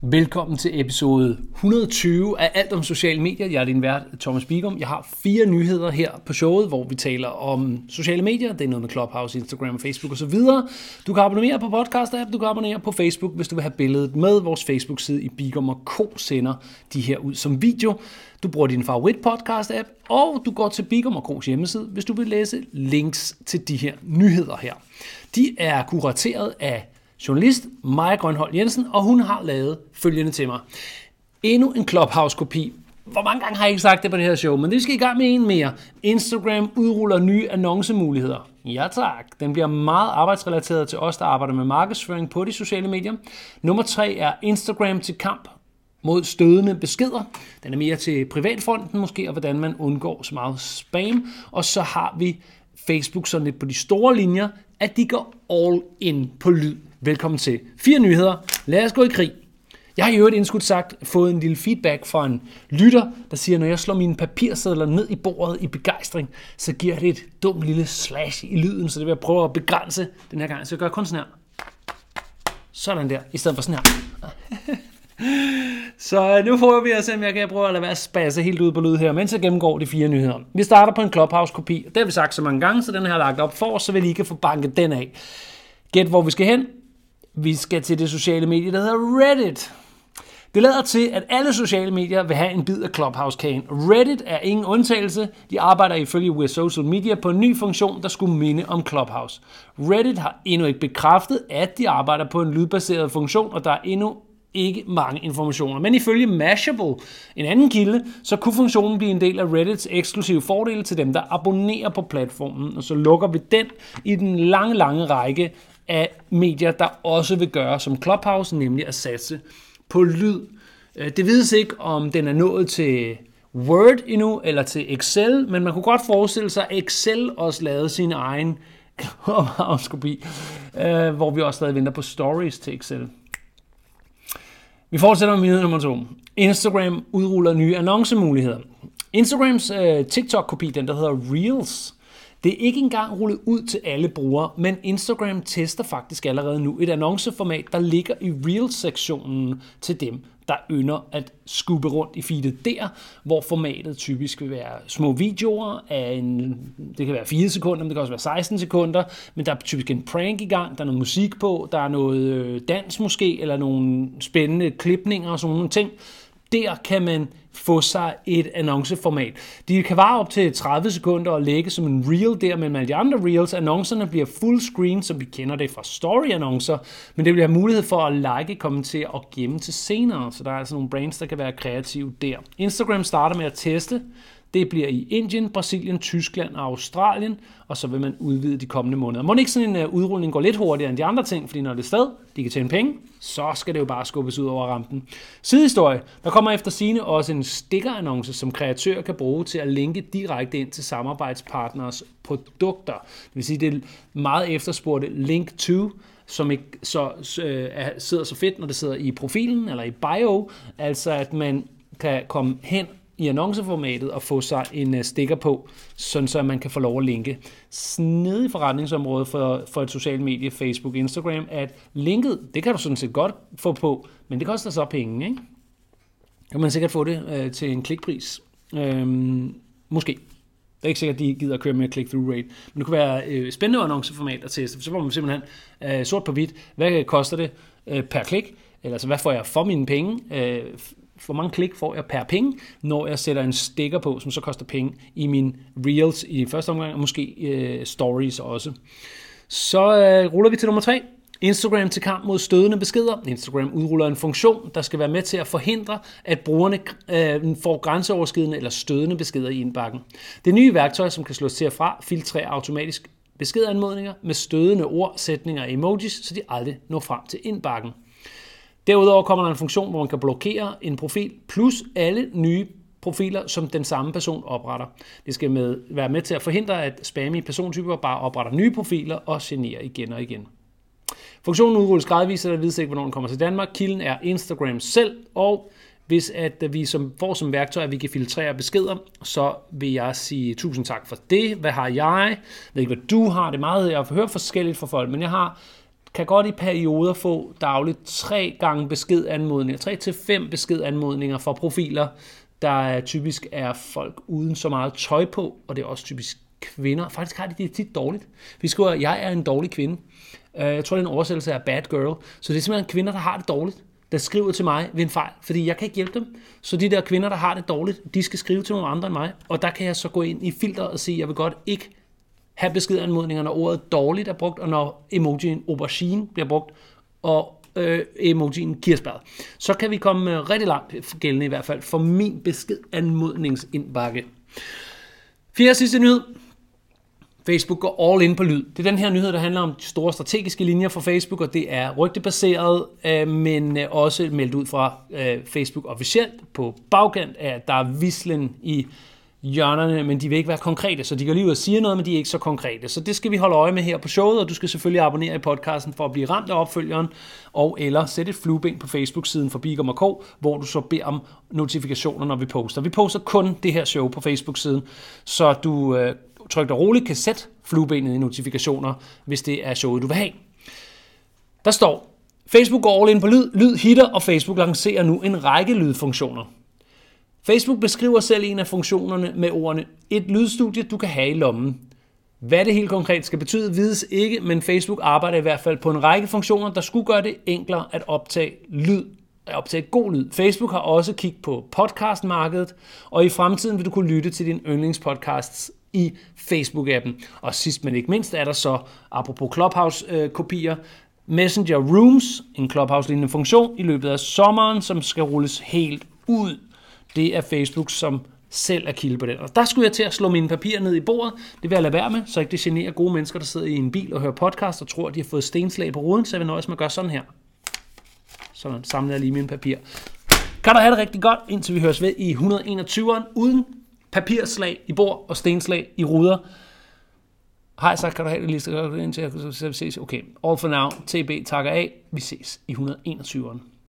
Velkommen til episode 120 af Alt om sociale medier. Jeg er din vært, Thomas Bigum. Jeg har 4 nyheder her på showet, hvor vi taler om sociale medier. Det er noget med Clubhouse, Instagram, Facebook osv. Du kan abonnere på podcast-app, du kan abonnere på Facebook, hvis du vil have billedet med. Vores Facebook-side i Bigum & Co. sender de her ud som video. Du bruger din favorit podcast-app, og du går til Bigum & Co's hjemmeside, hvis du vil læse links til de her nyheder her. De er kurateret af journalist Maja Grønholt Jensen, og hun har lavet følgende til mig. Endnu en Clubhouse-kopi. Hvor mange gange har jeg ikke sagt det på det her show, men det skal i gang med en mere. Instagram udruller nye annoncemuligheder. Ja tak. Den bliver meget arbejdsrelateret til os, der arbejder med markedsføring på de sociale medier. Nummer 3 er Instagram til kamp mod stødende beskeder. Den er mere til privatfronten måske, og hvordan man undgår så meget spam. Og så har vi Facebook sådan lidt på de store linjer, at de går all in på lyd. Velkommen til 4 nyheder. Lad os gå i krig. Jeg har i øvrigt indskudt sagt fået en lille feedback fra en lytter, der siger, at når jeg slår mine papirsedler ned i bordet i begejstring, så giver det et dumt lille slash i lyden, så det vil jeg prøve at begrænse den her gang. Så jeg gør kun sådan her. Sådan der, i stedet for sådan her. Så nu prøver vi at se, om jeg kan prøve at lade være at spasse helt ud på lyd her, mens jeg gennemgår de 4 nyheder. Vi starter på en Clubhouse-kopi. Det har vi sagt så mange gange, så den her er lagt op for os, så vi lige kan få banket den af. Gæt, hvor vi skal hen. Vi skal til det sociale medie, der hedder Reddit. Det lader til, at alle sociale medier vil have en bid af Clubhouse-kagen. Reddit er ingen undtagelse. De arbejder ifølge We're Social Media på en ny funktion, der skulle minde om Clubhouse. Reddit har endnu ikke bekræftet, at de arbejder på en lydbaseret funktion, og der er endnu ikke mange informationer. Men ifølge Mashable, en anden kilde, så kunne funktionen blive en del af Reddits eksklusive fordele til dem, der abonnerer på platformen. Og så lukker vi den i den lange række af medier, der også vil gøre som Clubhouse, nemlig at satse på lyd. Det vides ikke, om den er nået til Word endnu, eller til Excel, men man kunne godt forestille sig, at Excel også lavede sin egen Clubhouse-kopi, hvor vi også stadig venter på stories til Excel. Vi fortsætter med nyhed nummer 2. Instagram udruller nye annoncemuligheder. Instagrams TikTok-kopi, den der hedder Reels, det er ikke engang rullet ud til alle brugere, men Instagram tester faktisk allerede nu et annonceformat, der ligger i Reels-sektionen til dem, der ynder at skubbe rundt i feedet der, hvor formatet typisk vil være små videoer af det kan være 4 sekunder, men det kan også være 16 sekunder, men der er typisk en prank i gang, der er noget musik på, der er noget dans måske, eller nogle spændende klipninger og sådan nogle ting. Der kan man få sig et annonceformat. De kan vare op til 30 sekunder og lægge som en reel der mellem alle de andre reels. Annoncerne bliver full screen, som vi kender det fra story-annoncer, men det vil have mulighed for at like, kommentere og gemme til senere. Så der er altså nogle brands, der kan være kreative der. Instagram starter med at teste. Det bliver i Indien, Brasilien, Tyskland og Australien, og så vil man udvide de kommende måneder. Må ikke sådan en udrulning går lidt hurtigere end de andre ting, fordi når det er sted, de kan tjene penge, så skal det jo bare skubbes ud over rampen. Sidehistorie. Der kommer efter sigende også en stikkerannonce, som kreatører kan bruge til at linke direkte ind til samarbejdspartners produkter. Det vil sige, det er meget efterspurgte link to, som ikke sidder så fedt, når det sidder i profilen eller i bio, altså at man kan komme hen i annonceformatet og få sig en sticker på, sådan så man kan få lov at linke. Snedig forretningsområde for et socialt medie, Facebook, Instagram, at linket, det kan du sådan set godt få på, men det koster så penge, ikke? Kan man sikkert få det til en klikpris. Måske. Det er ikke sikkert, at de gider at køre med click-through rate. Men det kunne være spændende annonceformat at teste. Så får man simpelthen sort på hvidt. Hvad koster det per klik? Eller altså, hvad får jeg for mine penge? Hvor mange klik får jeg per penge, når jeg sætter en sticker på, som så koster penge i mine reels i første omgang, og måske stories også. Så ruller vi til nummer 3. Instagram til kamp mod stødende beskeder. Instagram udruller en funktion, der skal være med til at forhindre, at brugerne får grænseoverskridende eller stødende beskeder i indbakken. Det nye værktøj, som kan slås til og fra, filtrerer automatisk beskedanmodninger med stødende ord, sætninger og emojis, så de aldrig når frem til indbakken. Derudover kommer der en funktion, hvor man kan blokere en profil, plus alle nye profiler, som den samme person opretter. Det skal være med til at forhindre, at spammy persontyper bare opretter nye profiler og generer igen og igen. Funktionen udrulles gradvist, så der vides ikke, hvornår den kommer til Danmark. Kilden er Instagram selv, og hvis vi får som værktøj, at vi kan filtrere beskeder, så vil jeg sige tusind tak for det. Hvad har jeg? Jeg ved ikke, hvad du har. Det er meget, jeg har hørt forskelligt fra folk, men jeg har kan godt i perioder få dagligt 3 gange beskedanmodninger, 3 til 5 beskedanmodninger fra profiler, der typisk er folk uden så meget tøj på, og det er også typisk kvinder. Faktisk har de det tit dårligt. Vi skriver, jeg er en dårlig kvinde. Jeg tror, det er en oversættelse af bad girl. Så det er simpelthen kvinder, der har det dårligt, der skriver til mig ved en fejl, fordi jeg kan ikke hjælpe dem. Så de der kvinder, der har det dårligt, de skal skrive til nogle andre end mig, og der kan jeg så gå ind i filteret og sige, jeg vil godt ikke have beskedanmodninger, når ordet dårligt er brugt, og når emojien aubergine bliver brugt, og emojien kirsebær. Så kan vi komme rigtig langt gældende i hvert fald for min beskedanmodningsindbakke. Fjerde sidste nyhed. Facebook går all in på lyd. Det er den her nyhed, der handler om de store strategiske linjer for Facebook, og det er rygtebaseret, men også meldt ud fra Facebook officielt på bagkant af, at der er vislen i hjørnerne, men de vil ikke være konkrete, så de går lige ud og siger noget, men de er ikke så konkrete. Så det skal vi holde øje med her på showet, og du skal selvfølgelig abonnere i podcasten for at blive ramt af opfølgeren, og eller sætte et flueben på Facebook-siden for Bigum & Co., hvor du så beder om notifikationer, når vi poster. Vi poster kun det her show på Facebook-siden, så du trygt og roligt kan sætte fluebenet i notifikationer, hvis det er showet, du vil have. Der står, Facebook går all in på lyd hitter, og Facebook lancerer nu en række lydfunktioner. Facebook beskriver selv en af funktionerne med ordene et lydstudie, du kan have i lommen. Hvad det helt konkret skal betyde, vides ikke, men Facebook arbejder i hvert fald på en række funktioner, der skulle gøre det enklere at optage god lyd. Facebook har også kigget på podcastmarkedet, og i fremtiden vil du kunne lytte til dine yndlingspodcasts i Facebook-appen. Og sidst men ikke mindst er der så, apropos Clubhouse-kopier, Messenger Rooms, en Clubhouse-lignende funktion i løbet af sommeren, som skal rulles helt ud. Det er Facebook, som selv er kilde på den. Og der skulle jeg til at slå mine papirer ned i bordet. Det vil jeg lade være med, så ikke det generer gode mennesker, der sidder i en bil og hører podcast og tror, at de har fået stenslag på ruden, så jeg vil nøjes med at gøre sådan her. Så samler jeg lige mine papirer. Kan du have det rigtig godt, indtil vi høres ved i 121'eren, uden papirslag i bord og stenslag i ruder. Hej, så kan du have det lige så godt, indtil jeg ses. Okay, all for now. TB takker af. Vi ses i 121'eren.